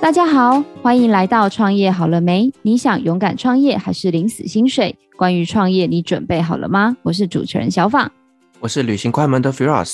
大家好，欢迎来到创业好了没？你想勇敢创业还是领死薪水？关于创业，你准备好了吗？我是主持人小访， 我是旅行快门的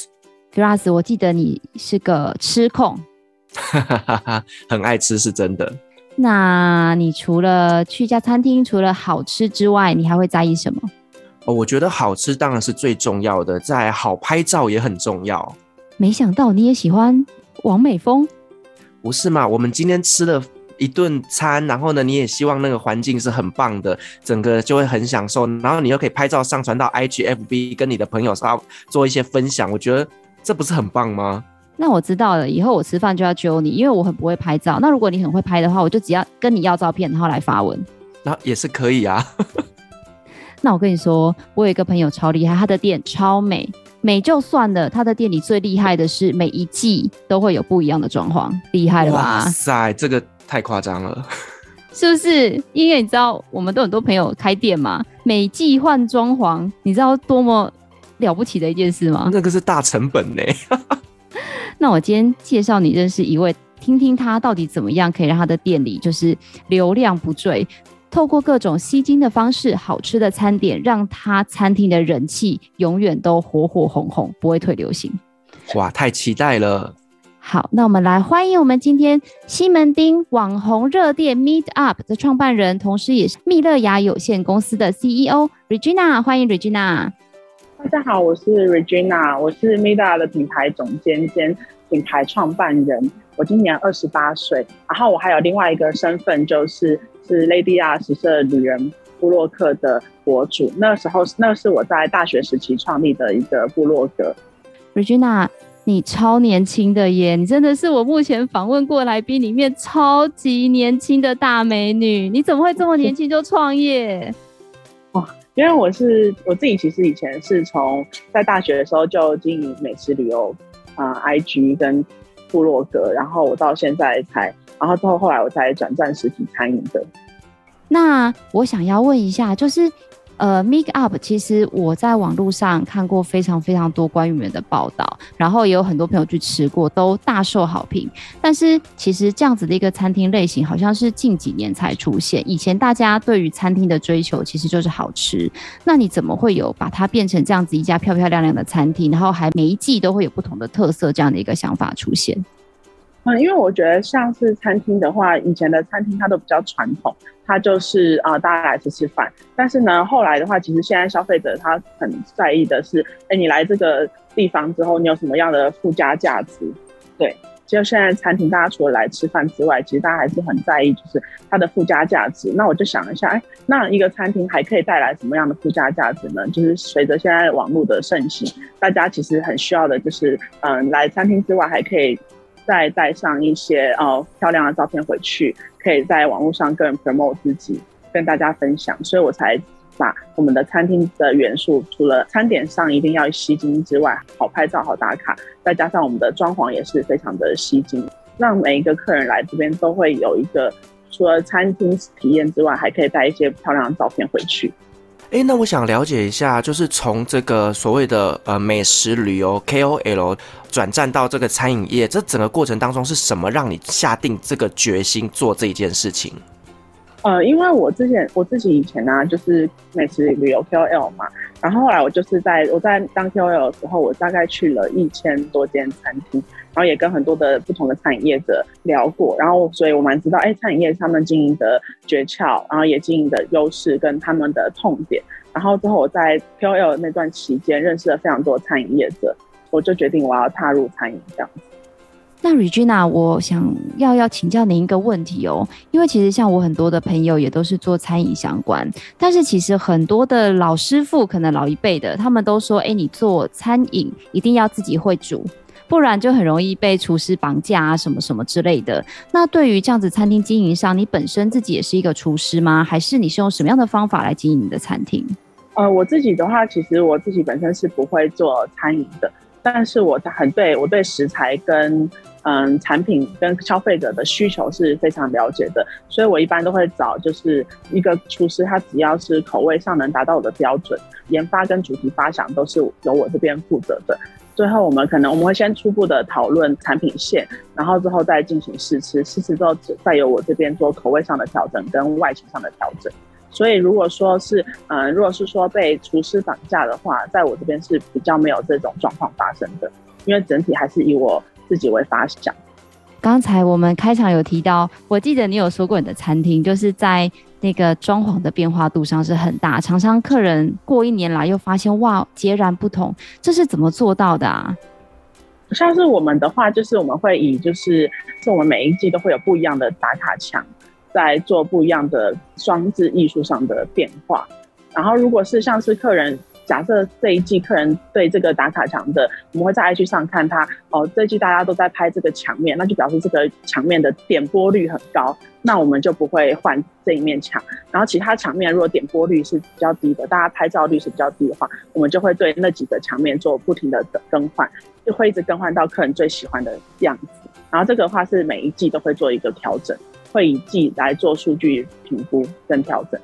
Firas。 我记得你是个吃控， 很爱吃是真的。 那你除了去一家餐厅，除了好吃之外，你还会在意什么？ 我觉得好吃当然是最重要的，再来好拍照也很重要。 没想到你也喜欢网美风。 不是嘛？我们今天吃了一顿餐，然后呢，你也希望那个环境是很棒的，整个就会很享受，然后你又可以拍照上传到 IG、FB， 跟你的朋友做一些分享，我觉得这不是很棒吗？ 那我知道了，以后我吃饭就要揪你，因为我很不会拍照。那如果你很会拍的话，我就只要跟你要照片，然后来发文。 那也是可以啊。 那我跟你说，我有一个朋友超厉害，他的店超美，美就算了，他的店里最厉害的是每一季都会有不一样的装潢，厉害了吧？ 哇塞，这个太夸张了， 是不是？因为你知道，我们都很多朋友开店嘛，每季换装潢，你知道多么了不起的一件事吗？ 那个是大成本呢。 那我今天介绍你认识一位，听听他到底怎么样可以让他的店里就是流量不坠，透过各种吸睛的方式，好吃的餐点，让他餐厅的人气永远都火火红红，不会退流行。 哇，太期待了。 好，那我们来欢迎我们今天西门町网红热店 Meet Up 的创办人，同时也是蜜乐雅有限公司的 CEO Regina， 欢迎 Regina。 大家好，我是 Regina， 我是 Meet Up 的品牌总监兼品牌创办人。我今年28岁，然后我还有另外一个身份，是 Lady R 食色旅人部落客的博主。那是我在大学时期创立的一个部落格。 Regina， 你超年轻的耶！你真的是我目前访问过来宾里面超级年轻的大美女。你怎么会这么年轻就创业？ 因为我自己其实以前是从在大学的时候就经营美食旅游IG 跟部落格，然后我到现在然后后来我才转战实体餐饮的。 那我想要问一下，就是Meet Up， 其实我在网络上看过非常非常多关于你们的报道，然后也有很多朋友去吃过，都大受好评。但是其实这样子的一个餐厅类型，好像是近几年才出现。以前大家对于餐厅的追求其实就是好吃，那你怎么会有把它变成这样子一家漂漂亮亮的餐厅，然后还每一季都会有不同的特色这样的一个想法出现？ 因为我觉得像是餐厅的话，以前的餐厅它都比较传统，它就是大家来吃饭。但是呢，后来的话，其实现在消费者他很在意的是，你来这个地方之后，你有什么样的附加价值？对，就现在餐厅大家除了来吃饭之外，其实大家还是很在意就是它的附加价值。那我就想一下，那一个餐厅还可以带来什么样的附加价值呢？就是随着现在网络的盛行，大家其实很需要的就是来餐厅之外还可以再带上一些漂亮的照片回去，可以在网络上跟人 promote 自己，跟大家分享。所以我才把我们的餐厅的元素，除了餐点上一定要吸睛之外，好拍照好打卡，再加上我们的装潢也是非常的吸睛，让每一个客人来这边都会有一个除了餐厅体验之外，还可以带一些漂亮的照片回去。 那我想了解一下，就是从这个所谓的美食旅游 KOL 转战到这个餐饮业，这整个过程当中是什么让你下定这个决心做这一件事情？ 因为我自己以前呢，就是美食旅游 KOL 嘛，然后后来我在当 KOL 的时候，我大概去了1000多间餐厅，然后也跟很多的不同的餐饮业者聊过，然后所以我蛮知道，餐饮业他们经营的诀窍，然后也经营的优势跟他们的痛点，然后之后我在 KOL 那段期间认识了非常多的餐饮业者，我就决定我要踏入餐饮这样子。 那 Regina， 我想要请教您一个问题哦，因为其实像我很多的朋友也都是做餐饮相关，但是其实很多的老师傅，可能老一辈的，他们都说，你做餐饮一定要自己会煮，不然就很容易被厨师绑架啊，什么什么之类的。那对于这样子餐厅经营上，你本身自己也是一个厨师吗？还是你是用什么样的方法来经营你的餐厅？ 我自己的话，其实我自己本身是不会做餐饮的，但是我对食材跟产品跟消费者的需求是非常了解的，所以我一般都会找就是一个厨师，他只要是口味上能达到我的标准，研发跟主题发想都是由我这边负责的。 最后我们会先初步的讨论产品线，然后之后再进行试吃，试吃之后再由我这边做口味上的调整跟外形上的调整。所以如果说是被厨师绑架的话，在我这边是比较没有这种状况发生的，因为整体还是以我自己为发想。 刚才我们开场有提到，我记得你有说过你的餐厅就是在那个装潢的变化度上是很大，常常客人过1年来又发现哇截然不同，这是怎么做到的啊？ 像是我们的话，就是我们会以我们每一季都会有不一样的打卡墙，在做不一样的装置艺术上的变化。然后如果是像是客人，假设这一季客人对这个打卡墙的，我们会在 IG 上看他这一季大家都在拍这个墙面，那就表示这个墙面的点播率很高，那我们就不会换这一面墙。然后其他墙面如果点播率是比较低的，大家拍照率是比较低的话，我们就会对那几个墙面做不停的更换，就会一直更换到客人最喜欢的样子。然后这个的话是每一季都会做一个调整，会以季来做数据评估跟调整。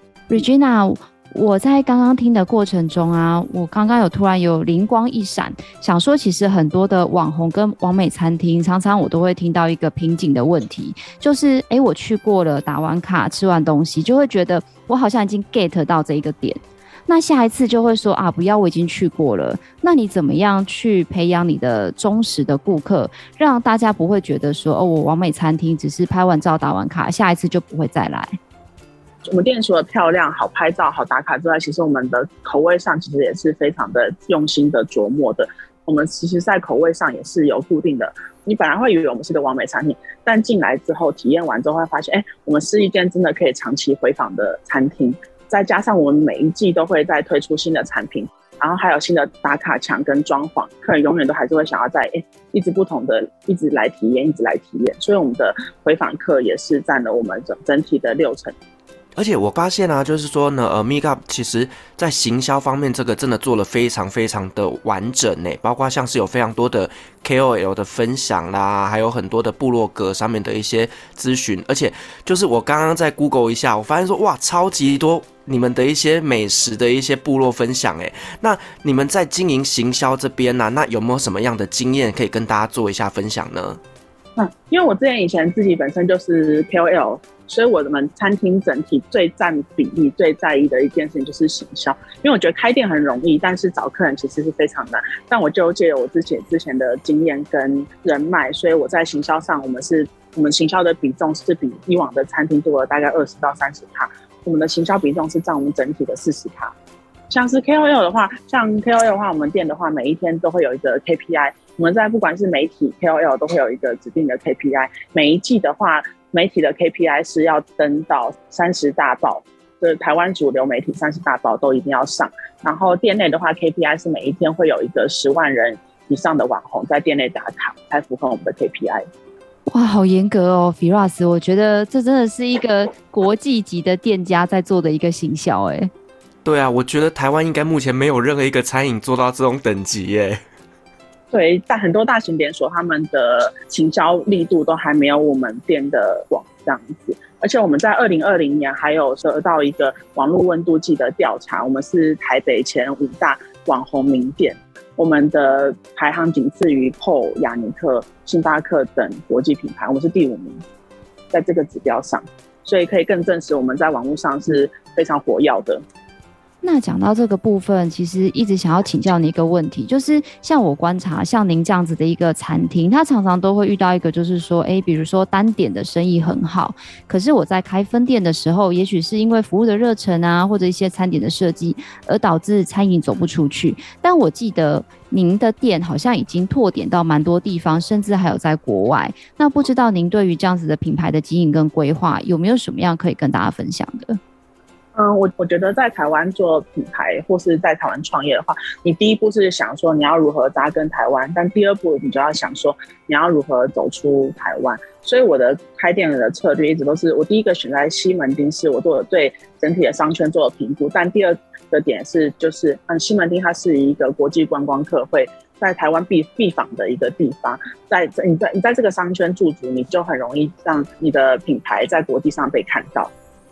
Regina， 我在刚刚听的过程中啊，我刚刚突然有灵光一闪，想说其实很多的网红跟网美餐厅，常常我都会听到一个瓶颈的问题，就是我去过了，打完卡吃完东西，就会觉得我好像已经 get 到这一个点，那下一次就会说啊，不要，我已经去过了。那你怎么样去培养你的忠实的顾客，让大家不会觉得说我网美餐厅只是拍完照打完卡，下一次就不会再来？ 我们店除了漂亮、好拍照、好打卡之外，其实我们的口味上其实也是非常的用心的琢磨的。我们其实在口味上也是有固定的，你本来会以为我们是个网美餐厅，但进来之后体验完之后会发现，我们是一间真的可以长期回访的餐厅。再加上我们每一季都会再推出新的产品，然后还有新的打卡墙跟装潢，客人永远都还是会想要在一直不同的一直来体验，所以我们的回访客也是占了我们整体的60%。 而且我发现啊，就是说呢，Meetup Up 其实在行销方面这个真的做了非常非常的完整呢，包括像是有非常多的 KOL 的分享啦，还有很多的部落格上面的一些咨询，而且就是我刚刚在 Google 一下，我发现说哇，超级多你们的一些美食的一些部落分享哎，那你们在经营行销这边呢，那有没有什么样的经验可以跟大家做一下分享呢？ 因为我之前以前自己本身就是 KOL， 所以我们餐厅整体最占比例、最在意的一件事情就是行销。因为我觉得开店很容易，但是找客人其实是非常难。但我就借我之前的经验跟人脉，所以我在行销上，我们行销的比重是比以往的餐厅多了大概20%到30%。我们的行销比重是占我们整体的40%。像是 KOL 的话，我们店的话，每一天都会有一个 KPI。我们在不管是媒体 KOL 都会有一个指定的 KPI。每一季的话，媒体的 KPI 是要登到30大报，就是台湾主流媒体30大报都一定要上。然后店内的话 KPI 是每一天会有一个10万人以上的网红在店内打卡，才符合我们的 KPI。 哇，好严格哦 Firas， 我觉得这真的是一个国际级的店家在做的一个行销耶。 对啊，我觉得台湾应该目前没有任何一个餐饮做到这种等级耶。 对，但很多大型连锁他们的行销力度都还没有我们店的广这样子。而且我们在2020年还有得到一个网络温度计的调查，我们是台北前5大网红名店，我们的排行仅次于 PO、雅尼克、星巴克等国际品牌，我们是第5名，在这个指标上，所以可以更证实我们在网络上是非常活跃的。 那讲到这个部分，其实一直想要请教你一个问题，就是像我观察，像您这样子的一个餐厅，它常常都会遇到一个，就是说，比如说单点的生意很好，可是我在开分店的时候，也许是因为服务的热忱啊，或者一些餐点的设计，而导致餐饮走不出去。但我记得您的店好像已经拓点到蛮多地方，甚至还有在国外。那不知道您对于这样子的品牌的经营跟规划，有没有什么样可以跟大家分享的？ 我觉得在台湾做品牌或是在台湾创业的话，你第一步是想说你要如何扎根台湾，但第二步你就要想说你要如何走出台湾。所以我的开店的策略一直都是，我第一个选在西门町，是我做了对整体的商圈做了评估，但第二个点是就是西门町它是一个国际观光客会在台湾必访的一个地方，你在这个商圈驻足，你就很容易让你的品牌在国际上被看到。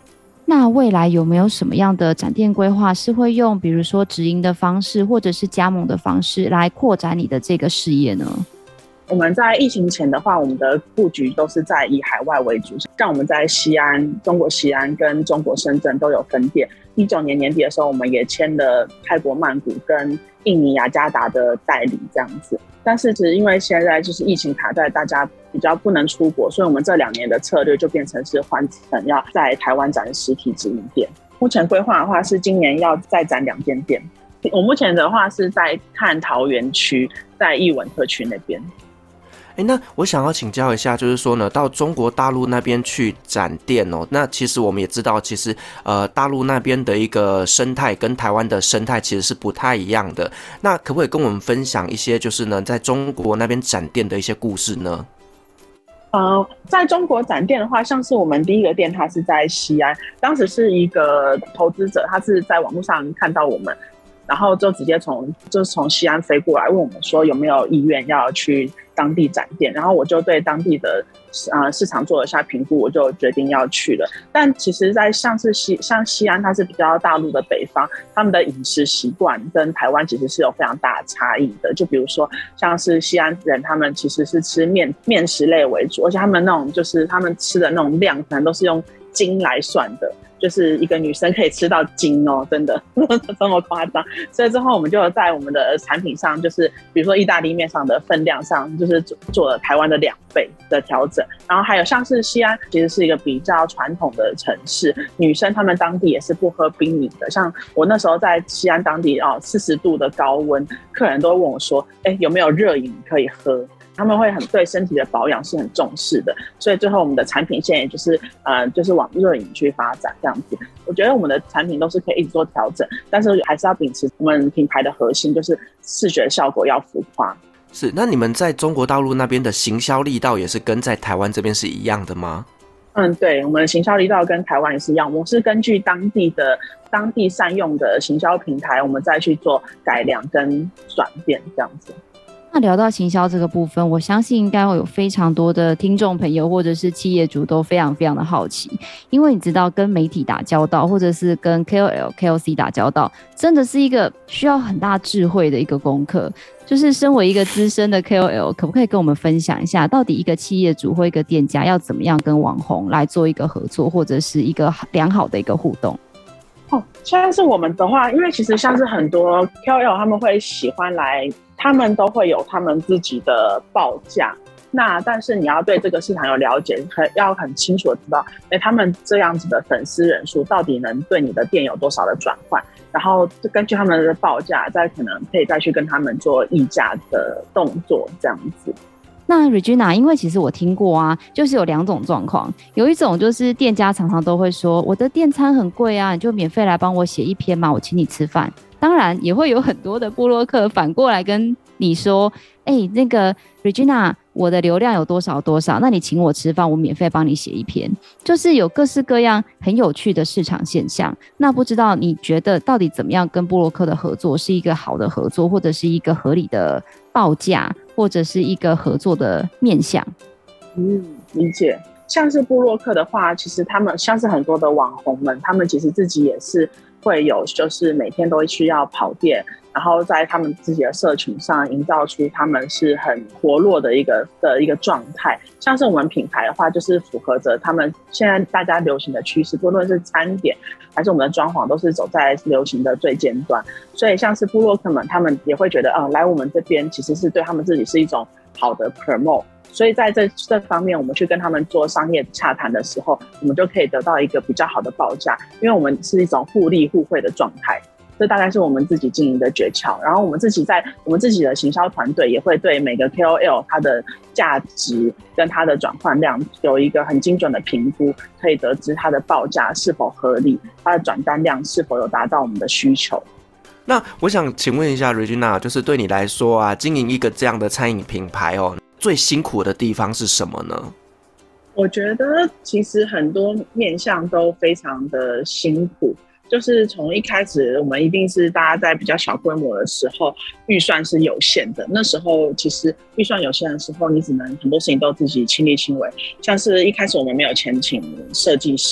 那未来有没有什么样的展店规划是会用比如说直营的方式或者是加盟的方式来扩展你的这个事业呢？ 我们在疫情前的话，我们的布局都是在以海外为主，像我们在西安、中国西安跟中国深圳都有分店。19年年底的时候，我们也签了泰国曼谷跟印尼雅加达的代理这样子。但是只因为现在就是疫情卡在，大家比较不能出国，所以我们这2年的策略就变成是换成要在台湾展实体直营店。目前规划的话是今年要再展2间店。我目前的话是在看桃园区，在艺文特区那边。 那我想要请教一下，就是说呢，到中国大陆那边去展店哦，那其实我们也知道，其实大陆那边的一个生态跟台湾的生态其实是不太一样的。那可不可以跟我们分享一些，就是呢，在中国那边展店的一些故事呢？ 在中国展店的话，像是我们第一个店，它是在西安，当时是一个投资者，他是在网络上看到我们，然后就直接从西安飞过来问我们说有没有意愿要去当地展店，然后我就对当地的市场做了一下评估，我就决定要去了。但其实在像西安，它是比较大陆的北方，他们的饮食习惯跟台湾其实是有非常大的差异的。就比如说像是西安人，他们其实是吃面食类为主，而且他们那种就是他们吃的那种量可能都是用斤来算的，就是一个女生可以吃到斤哦，真的这么夸张。所以之后我们就在我们的产品上，就是比如说意大利面上的分量上，就是做了台湾的2倍的调整。然后还有像是西安，其实是一个比较传统的城市，女生她们当地也是不喝冰饮的。像我那时候在西安当地40度的高温，客人都会问我说，有没有热饮可以喝？他们会很对身体的保养是很重视的，所以最后我们的产品线也就是往热饮去发展这样子。我觉得我们的产品都是可以一直做调整，但是还是要秉持我们品牌的核心，就是视觉效果要浮夸。 是，那你们在中国大陆那边的行销力道也是跟在台湾这边是一样的吗？ 对，我们的行销力道跟台湾也是一样，我们是根据当地善用的行销平台，我们再去做改良跟转变这样子。 那聊到行销这个部分，我相信应该会有非常多的听众朋友或者是企业主都非常非常的好奇，因为你知道跟媒体打交道或者是跟 KOL、KOC 打交道，真的是一个需要很大智慧的一个功课。就是身为一个资深的 KOL， 可不可以跟我们分享一下，到底一个企业主或一个店家要怎么样跟网红来做一个合作，或者是一个良好的一个互动？ 像是我们的话，因为其实像是很多 KOL 他们会喜欢来，他们都会有他们自己的报价。那但是你要对这个市场有了解，要很清楚的知道，他们这样子的粉丝人数到底能对你的店有多少的转换，然后根据他们的报价，再可能可以再去跟他们做议价的动作，这样子。 那 Regina， 因为其实我听过啊，就是有2种状况，有一种就是店家常常都会说，我的店餐很贵啊，你就免费来帮我写一篇嘛，我请你吃饭。当然也会有很多的部落客反过来跟你说，那个 Regina， 我的流量有多少多少，那你请我吃饭，我免费帮你写一篇，就是有各式各样很有趣的市场现象。那不知道你觉得到底怎么样跟部落客的合作是一个好的合作，或者是一个合理的报价，或者是一个合作的面向？ 理解。像是部落客的话，其实他们像是很多的网红们，他们其实自己也是会有，就是每天都需要跑店，然后在他们自己的社群上营造出他们是很活络的一个状态。像是我们品牌的话，就是符合着他们现在大家流行的趋势，不论是餐点还是我们的装潢，都是走在流行的最尖端。所以像是部落客们，他们也会觉得来我们这边其实是对他们自己是一种好的 promote。所以在这方面，我们去跟他们做商业洽谈的时候，我们就可以得到一个比较好的报价，因为我们是一种互利互惠的状态。这大概是我们自己经营的诀窍。然后我们自己的行销团队也会对每个 KOL 它的价值跟它的转换量有一个很精准的评估，可以得知它的报价是否合理，它的转单量是否有达到我们的需求。 那我想请问一下 Regina， 就是对你来说啊，经营一个这样的餐饮品牌最辛苦的地方是什么呢？ 我觉得其实很多面向都非常的辛苦，就是从一开始我们一定是大家在比较小规模的时候，预算是有限的，那时候其实预算有限的时候，你只能很多事情都自己亲力亲为，像是一开始我们没有钱请设计师，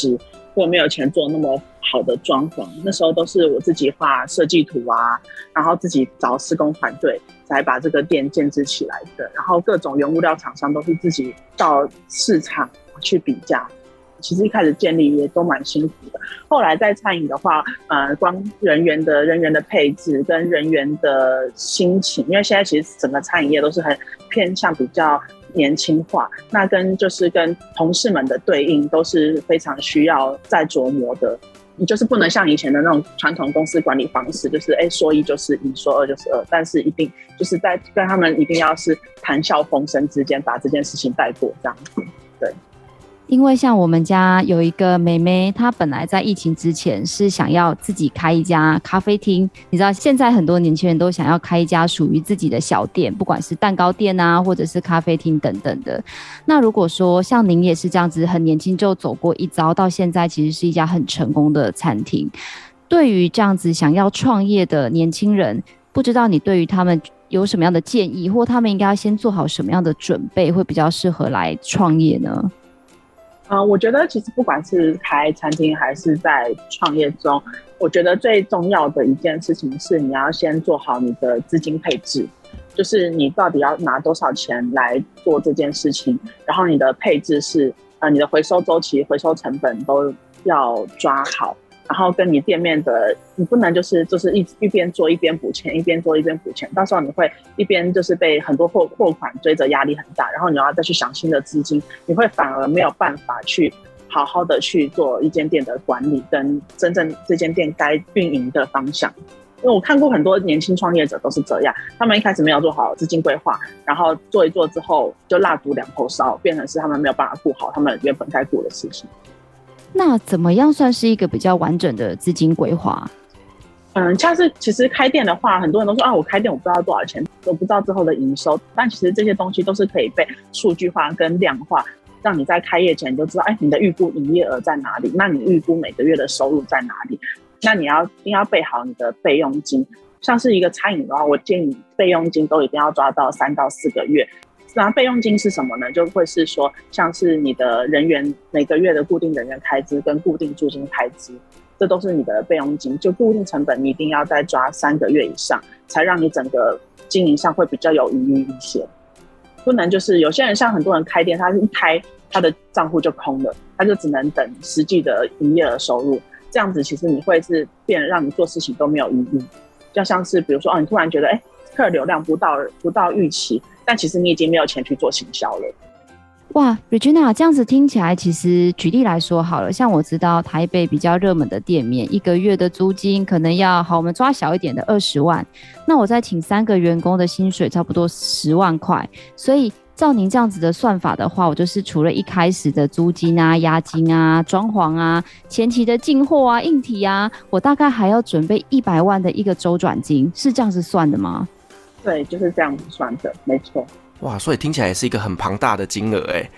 我没有钱做那么好的装潢，那时候都是我自己画设计图啊，然后自己找施工团队才把这个店建制起来的。然后各种原物料厂商都是自己到市场去比价。其实一开始建立也都蛮辛苦的，后来在餐饮的话，光人员的配置跟人员的心情，因为现在其实整个餐饮业都是很偏向比较年轻化，那跟同事们的对应都是非常需要再琢磨的。你就是不能像以前的那种传统公司管理方式，就是说一就是一，说二就是二，但是一定就是在跟他们一定要是谈笑风生之间把这件事情带过这样子，对。 因为像我们家有一个妹妹，她本来在疫情之前是想要自己开一家咖啡厅。你知道现在很多年轻人都想要开一家属于自己的小店，不管是蛋糕店啊，或者是咖啡厅等等的。那如果说像您也是这样子很年轻就走过一遭，到现在其实是一家很成功的餐厅，对于这样子想要创业的年轻人，不知道你对于他们有什么样的建议，或他们应该要先做好什么样的准备会比较适合来创业呢？ 我觉得其实不管是开餐厅还是在创业中，我觉得最重要的一件事情是你要先做好你的资金配置，就是你到底要拿多少钱来做这件事情，然后你的配置是你的回收周期、回收成本都要抓好，然后跟你店面的，你不能就是一边做一边补钱，一边做一边补钱，到时候你会一边就是被很多货款追着，压力很大，然后你要再去想新的资金，你会反而没有办法去好好的去做一间店的管理跟真正这间店该运营的方向。因为我看过很多年轻创业者都是这样，他们一开始没有做好资金规划，然后做一做之后就蜡烛两头烧，变成是他们没有办法顾好他们原本该顾的事情。 那怎么样算是一个比较完整的资金规划？ 像是其实开店的话，很多人都说我开店我不知道多少钱，我不知道之后的营收，但其实这些东西都是可以被数据化跟量化，让你在开业前你就知道，你的预估营业额在哪里，那你预估每个月的收入在哪里，那你一定要备好你的备用金。像是一个餐饮的话，我建议备用金都一定要抓到3到4个月。那备用金是什么呢？就会是说，像是你的人员每个月的固定人员开支跟固定租金开支，这都是你的备用金。就固定成本，你一定要再抓3个月以上，才让你整个经营上会比较有余裕一些。不能就是有些人像很多人开店，他一开他的账户就空了，他就只能等实际的营业额收入。这样子其实你会是变让你做事情都没有余裕。就像是比如说你突然觉得客流量不到预期，但其实你已经没有钱去做行销了。 哇 Regina， 这样子听起来，其实举例来说好了，像我知道台北比较热门的店面，一个月的租金可能要我们抓小一点的20万，那我再请3个员工的薪水差不多10万块，所以照您这样子的算法的话，我就是除了一开始的租金啊、押金啊、装潢啊、前期的进货啊、硬体啊，我大概还要准备100万的一个周转金，是这样子算的吗？ 对，就是这样子算的，没错。 哇，所以听起来也是一个很庞大的金额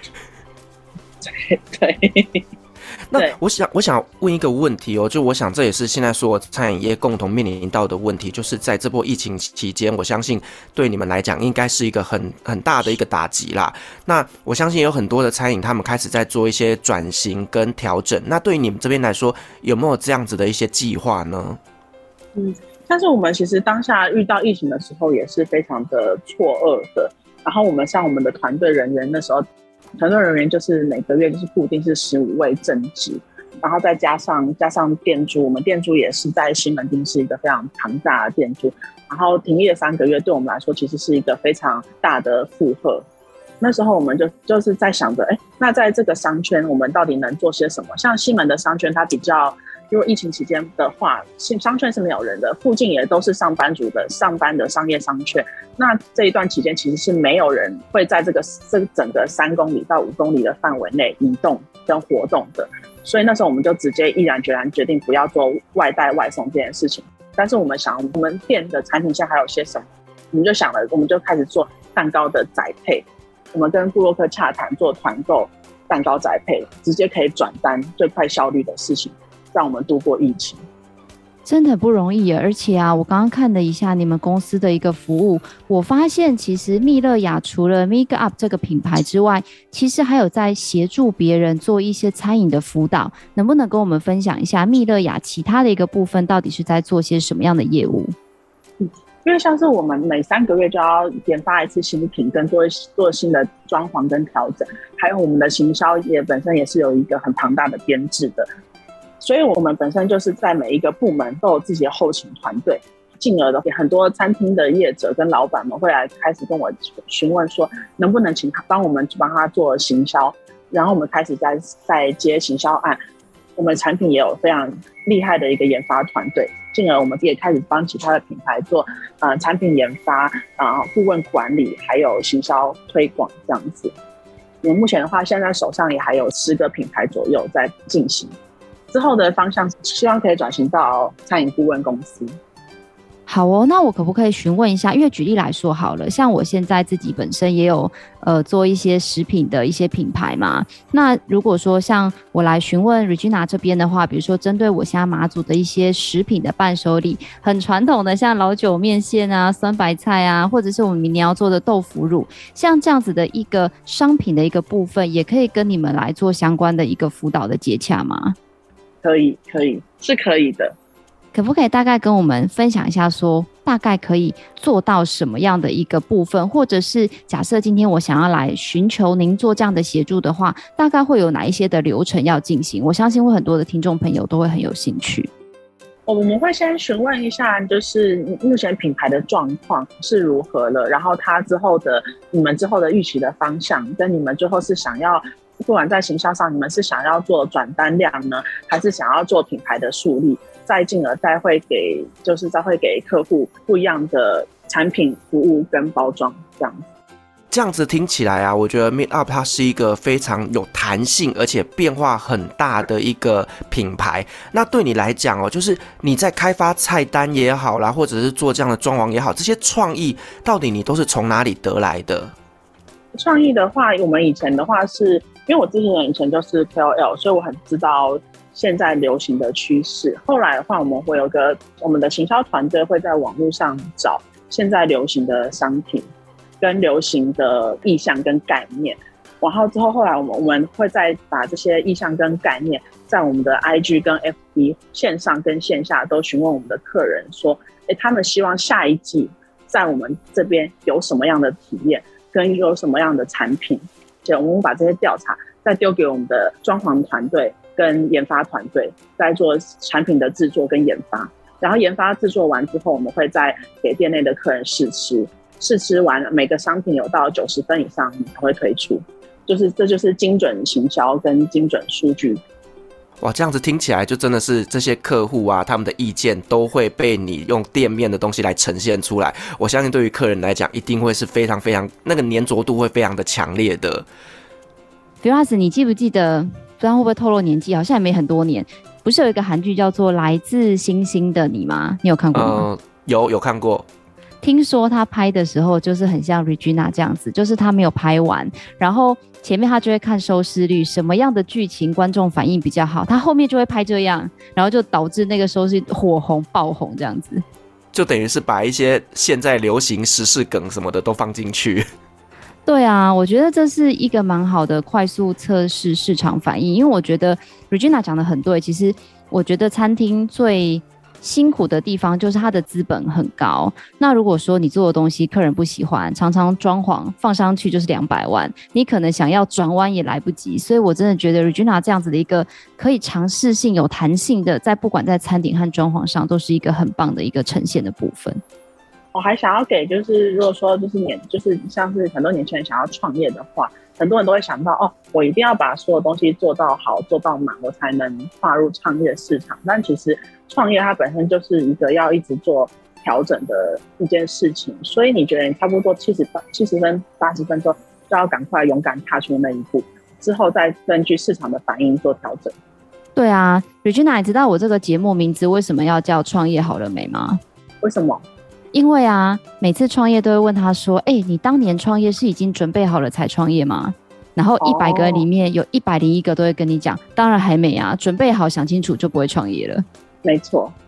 对。 那我想问一个问题就我想这也是现在所有餐饮业共同面临到的问题，就是在这波疫情期间，我相信对你们来讲应该是一个很大的一个打击啦。那我相信有很多的餐饮他们开始在做一些转型跟调整，那对于你们这边来说，有没有这样子的一些计划呢？ 但是我们其实当下遇到疫情的时候也是非常的错愕的。然后我们的团队人员，那时候团队人员就是每个月就是固定是15位正职，然后再加上店租，我们店租也是在西门町是一个非常庞大的店租，然后停业3个月，对我们来说其实是一个非常大的负荷。那时候我们就是在想着，那在这个商圈我们到底能做些什么？像西门的商圈，它比较，如果疫情期间的话，商圈是没有人的，附近也都是上班族的上班的商业商圈。那这一段期间其实是没有人会在这整个3公里到5公里的范围内移动跟活动的，所以那时候我们就直接毅然决然决定不要做外带外送这件事情。但是我们想，我们店的产品线还有些什么？我们就想了，我们就开始做蛋糕的宅配。我们跟部落客洽谈做团购蛋糕宅配，直接可以转单，最快效率的事情，让我们度过疫情。 真的不容易耶，而且啊，我刚刚看了一下你们公司的一个服务，我发现其实蜜乐雅除了 Make Up 这个品牌之外，其实还有在协助别人做一些餐饮的辅导，能不能跟我们分享一下蜜乐雅其他的一个部分到底是在做些什么样的业务？ 因为像是我们每3个月就要研发一次新品，跟做新的装潢跟调整，还有我们的行销也本身也是有一个很庞大的编制的，所以我们本身就是在每一个部门都有自己的后勤团队，进而的很多餐厅的业者跟老板们会来开始跟我询问说，能不能请他帮他做行销，然后我们开始在接行销案。我们产品也有非常厉害的一个研发团队，进而我们也开始帮其他的品牌做产品研发、顾问管理，还有行销推广这样子。我们目前的话，现在手上也还有10个品牌左右在进行。之后的方向希望可以转型到餐饮顾问公司。 好哦，那我可不可以询问一下？因为举例来说好了，像我现在自己本身也有做一些食品的一些品牌嘛。那如果说像我来询问 Regina 这边的话，比如说针对我现在马祖的一些食品的伴手礼，很传统的像老酒面线啊、酸白菜啊，或者是我们明年要做的豆腐乳，像这样子的一个商品的一个部分，也可以跟你们来做相关的一个辅导的接洽吗？ 可以，是可以的。 可不可以大概跟我们分享一下说大概可以做到什么样的一个部分，或者是假设今天我想要来寻求您做这样的协助的话，大概会有哪一些的流程要进行？我相信会很多的听众朋友都会很有兴趣。 我们会先询问一下，就是目前品牌的状况是如何了，然后你们之后的预期的方向，跟你们最后是想要，不管在行销上，你们是想要做转单量呢，还是想要做品牌的树立，再进而再会给客户不一样的产品、服务跟包装这样子。 这样子听起来啊，我觉得 Meet Up 它是一个非常有弹性而且变化很大的一个品牌。那对你来讲哦，就是你在开发菜单也好啦，或者是做这样的装潢也好，这些创意到底你都是从哪里得来的？ 创意的话，我们以前的话是因为我自己以前就是 KOL， 所以我很知道现在流行的趋势。后来的话，我们会有我们的行销团队会在网络上找现在流行的商品跟流行的意向跟概念，然后之后后来我们会再把这些意向跟概念在我们的 IG 跟 FB 线上跟线下都询问我们的客人说，他们希望下一季在我们这边有什么样的体验跟有什么样的产品，我们把这些调查再丢给我们的装潢团队跟研发团队，再做产品的制作跟研发，然后研发制作完之后，我们会再给店内的客人试吃完每个商品有到90分以上才会推出，这就是精准行销跟精准数据。 哇，这样子听起来就真的是这些客户啊，他们的意见都会被你用店面的东西来呈现出来。我相信对于客人来讲，一定会是非常非常那个粘着度会非常的强烈的。 Firas， 你记不记得？不知道会不会透露年纪？好像也没很多年。不是有一个韩剧叫做《来自星星的你》吗？你有看过吗？ 有看过。 听说他拍的时候就是很像 Regina 这样子，就是他没有拍完，然后前面他就会看收视率，什么样的剧情观众反应比较好，他后面就会拍这样，然后就导致那个收视火红爆红这样子， 就等于是把一些现在流行时事梗什么的都放进去。 对啊，我觉得这是一个蛮好的快速测试市场反应，因为我觉得 Regina 讲得很对，其实我觉得餐厅最辛苦的地方就是它的资本很高，那如果说你做的东西客人不喜欢，常常装潢放上去就是200万，你可能想要转弯也来不及，所以我真的觉得 Regina 这样子的一个可以尝试性有弹性的，不管在餐点和装潢上都是一个很棒的一个呈现的部分。 我还想要给如果说就是像是很多年轻人想要创业的话，很多人都会想到我一定要把所有东西做到好做到满，我才能跨入创业市场。但其实创业它本身就是一个要一直做调整的一件事情，所以你觉得你差不多70分80分钟就要赶快勇敢踏出那一步，之后再根据市场的反应做调整。 对啊 Regina， 你知道我这个节目名字为什么要叫创业好了没吗？ 为什么？ 因为啊，每次创业都会问他说，你当年创业是已经准备好了才创业吗？然后100个里面有101个都会跟你讲，当然还没啊，准备好想清楚就不会创业了。 没错。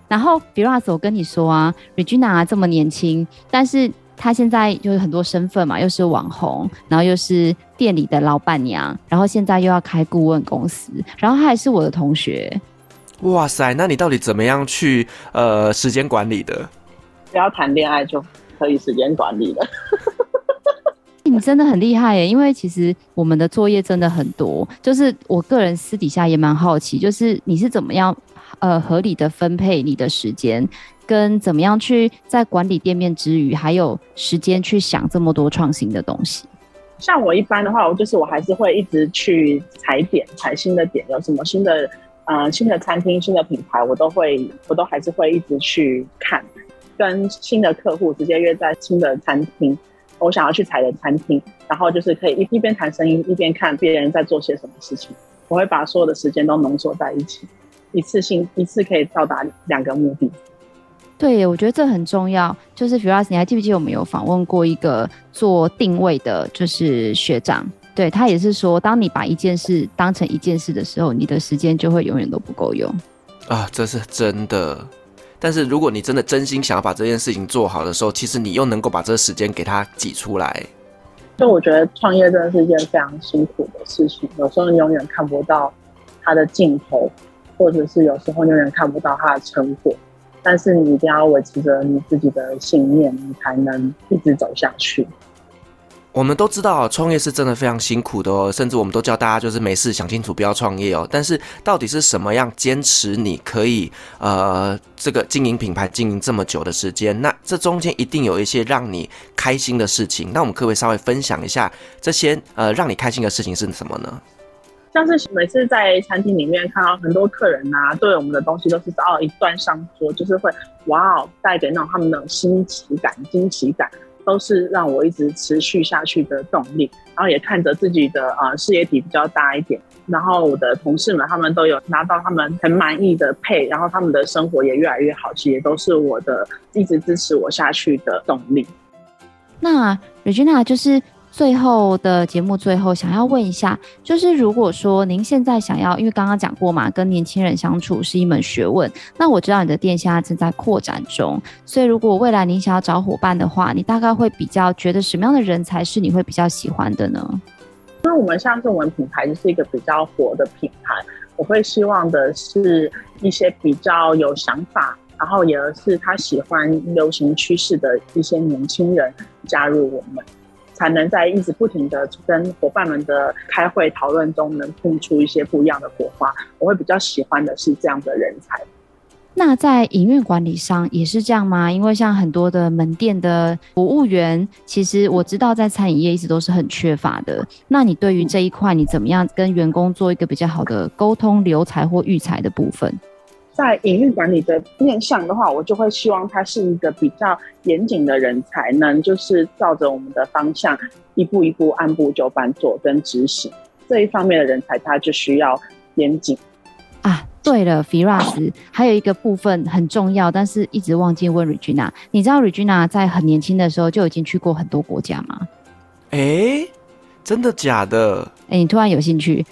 然后 Firas 我跟你说啊 Regina 这么年轻，但是她现在就是很多身份嘛，又是网红，然后又是店里的老板娘，然后现在又要开顾问公司，然后她还是我的同学。 哇塞，那你到底怎么样去时间管理的？ 不要谈恋爱就可以时间管理了。 你真的很厉害耶，因为其实我们的作业真的很多，就是我个人私底下也蛮好奇，就是你是怎么样合理的分配你的时间，跟怎么样去在管理店面之余，还有时间去想这么多创新的东西。 像我一般的话，我还是会一直去踩新的点，有什么新的餐厅、新的品牌，我都还是会一直去看，跟新的客户直接约在新的餐厅，我想要去踩的餐厅，然后就是可以一边谈生意，一边看别人在做些什么事情。我会把所有的时间都浓缩在一起，一次可以到达2个目的。 对耶，我觉得这很重要。就是 Firas， 你还记不记得我们有访问过一个做定位的，就是学长？对，他也是说，当你把一件事当成一件事的时候，你的时间就会永远都不够用啊，这是真的。但是如果你真的真心想要把这件事情做好的时候，其实你又能够把这个时间给它挤出来。 就我觉得创业真的是一件非常辛苦的事情，有时候你永远看不到它的尽头，或者是有时候你永远看不到它的成果，但是你一定要维持着你自己的信念，你才能一直走下去。 我们都知道创业是真的非常辛苦的哦，甚至我们都叫大家就是没事想清楚不要创业哦。但是到底是什么样坚持你可以这个经营品牌经营这么久的时间？那这中间一定有一些让你开心的事情。那我们可不可以稍微分享一下这些让你开心的事情是什么呢？ 像是每次在餐厅里面看到很多客人啊，对我们的东西都是一端上桌，就是会哇带给那种他们的新奇感、惊奇感，都是让我一直持续下去的动力。然后也看着自己的事业体比较大一点，然后我的同事们他们都有拿到他们很满意的pay，然后他们的生活也越来越好，其实也都是我的一直支持我下去的动力。 那 Regina 就是最后的节目最后想要问一下，就是如果说您现在想要，因为刚刚讲过嘛，跟年轻人相处是一门学问，那我知道你的店现在正在扩展中，所以如果未来您想要找伙伴的话，你大概会比较觉得什么样的人才是你会比较喜欢的呢？ 因为我们像是我们品牌就是一个比较活的品牌，我会希望的是一些比较有想法，然后也是他喜欢流行趋势的一些年轻人加入我们，才能在一直不停的跟伙伴们的开会讨论中能碰出一些不一样的火花。我会比较喜欢的是这样的人才。 那在营运管理上也是这样吗？因为像很多的门店的服务员，其实我知道在餐饮业一直都是很缺乏的。那你对于这一块，你怎么样跟员工做一个比较好的沟通、留才或育才的部分？ 在营运管理的面向的话，我就会希望他是一个比较严谨的人才，能就是照着我们的方向一步一步按部就班做跟执行。这一方面的人才，他就需要严谨啊。对了 Firas 还有一个部分很重要，但是一直忘记问 Regina。 你知道 Regina 在很年轻的时候就已经去过很多国家吗？ 真的假的？ 你突然有兴趣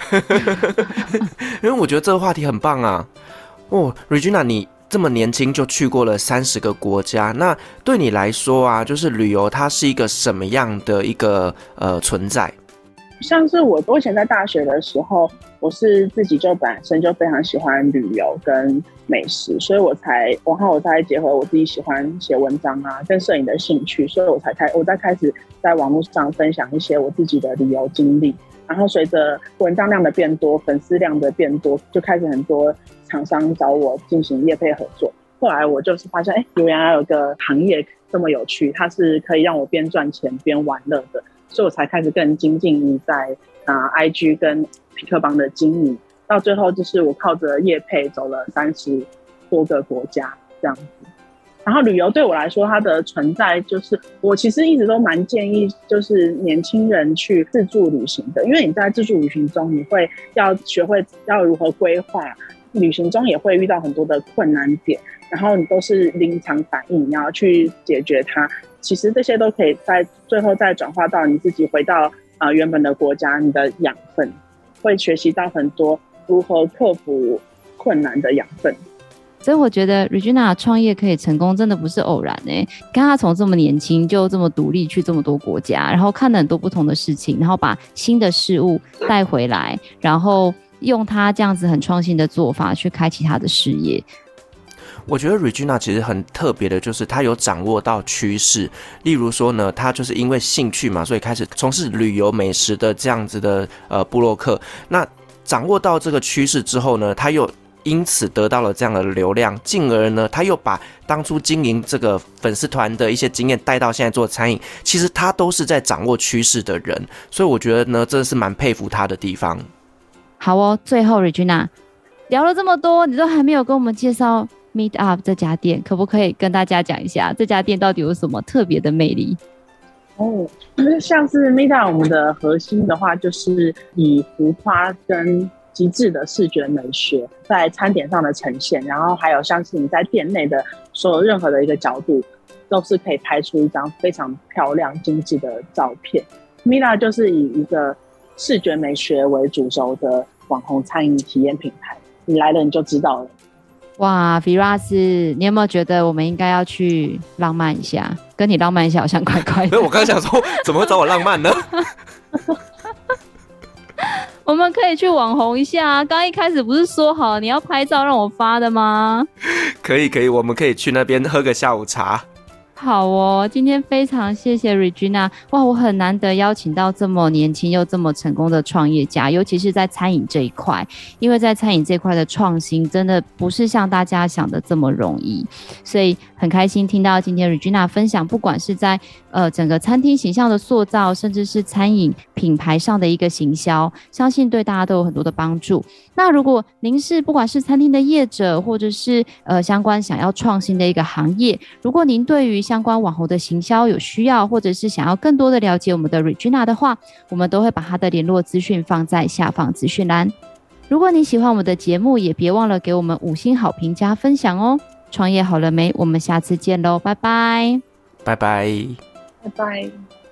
因为我觉得这个话题很棒啊。Regina 你这么年轻就去过了30个国家，那对你来说啊，就是旅游它是一个什么样的一个存在？ 像是我以前在大学的时候，我是自己就本身就非常喜欢旅游跟美食，所以我才结合我自己喜欢写文章啊跟摄影的兴趣，所以我才开始在网络上分享一些我自己的旅游经历。然后随着文章量的变多，粉丝量的变多，就开始很多厂商找我进行业配合作。后来我就是发现原来有个行业这么有趣，它是可以让我边赚钱边玩乐的，所以我才开始更精进于在IG 跟痞客邦的经营，到最后就是我靠着业配走了30多个国家这样子。然后旅游对我来说，它的存在就是我其实一直都蛮建议就是年轻人去自助旅行的，因为你在自助旅行中，你会要学会要如何规划，旅行中也会遇到很多的困难点，然后你都是临场反应，你要去解决它。其实这些都可以在最后再转化到你自己回到原本的国家，你的养分会学习到很多如何克服困难的养分。 所以我觉得 Regina 创业可以成功真的不是偶然看她从这么年轻就这么独立去这么多国家，然后看了很多不同的事情，然后把新的事物带回来，然后用她这样子很创新的做法去开启她的事业。 我觉得 Regina 其实很特别的，就是她有掌握到趋势。例如说呢，她就是因为兴趣嘛，所以开始从事旅游美食的这样子的部落客。那掌握到这个趋势之后呢，她又因此得到了这样的流量，进而呢，她又把当初经营这个粉丝团的一些经验带到现在做餐饮。其实她都是在掌握趋势的人，所以我觉得呢，真的是蛮佩服她的地方。 好哦，最后 Regina 聊了这么多，你都还没有跟我们介绍Meet Up 这家店，可不可以跟大家讲一下这家店到底有什么特别的魅力？ 像是 Meet Up 我们的核心的话，就是以浮夸跟极致的视觉美学在餐点上的呈现，然后还有像是你在店内的所有任何的一个角度，都是可以拍出一张非常漂亮精致的照片。Meet Up 就是以一个视觉美学为主轴的网红餐饮体验品牌，你来了你就知道了。 哇 Firas， 你有没有觉得我们应该要去浪漫一下？跟你浪漫一下好像怪怪的。 没有，我刚刚想说怎么会找我浪漫呢？ 我们可以去网红一下啊！刚一开始不是说好你要拍照让我发的吗？ 可以，我们可以去那边喝个下午茶。 好哦，今天非常谢谢 Regina。 哇，我很难得邀请到这么年轻又这么成功的创业家，尤其是在餐饮这一块，因为在餐饮这块的创新真的不是像大家想的这么容易，所以很开心听到今天 Regina 分享，不管是在整个餐厅形象的塑造，甚至是餐饮品牌上的一个行销，相信对大家都有很多的帮助。那如果您是不管是餐厅的业者，或者是相关想要创新的一个行业，如果您对于相关网红的行销有需要，或者是想要更多的了解我们的 Regina 的话，我们都会把她的联络资讯放在下方资讯栏。如果你喜欢我们的节目，也别忘了给我们5星好评加分享哦。创业好了没？我们下次见喽，拜拜， 拜拜， 拜拜。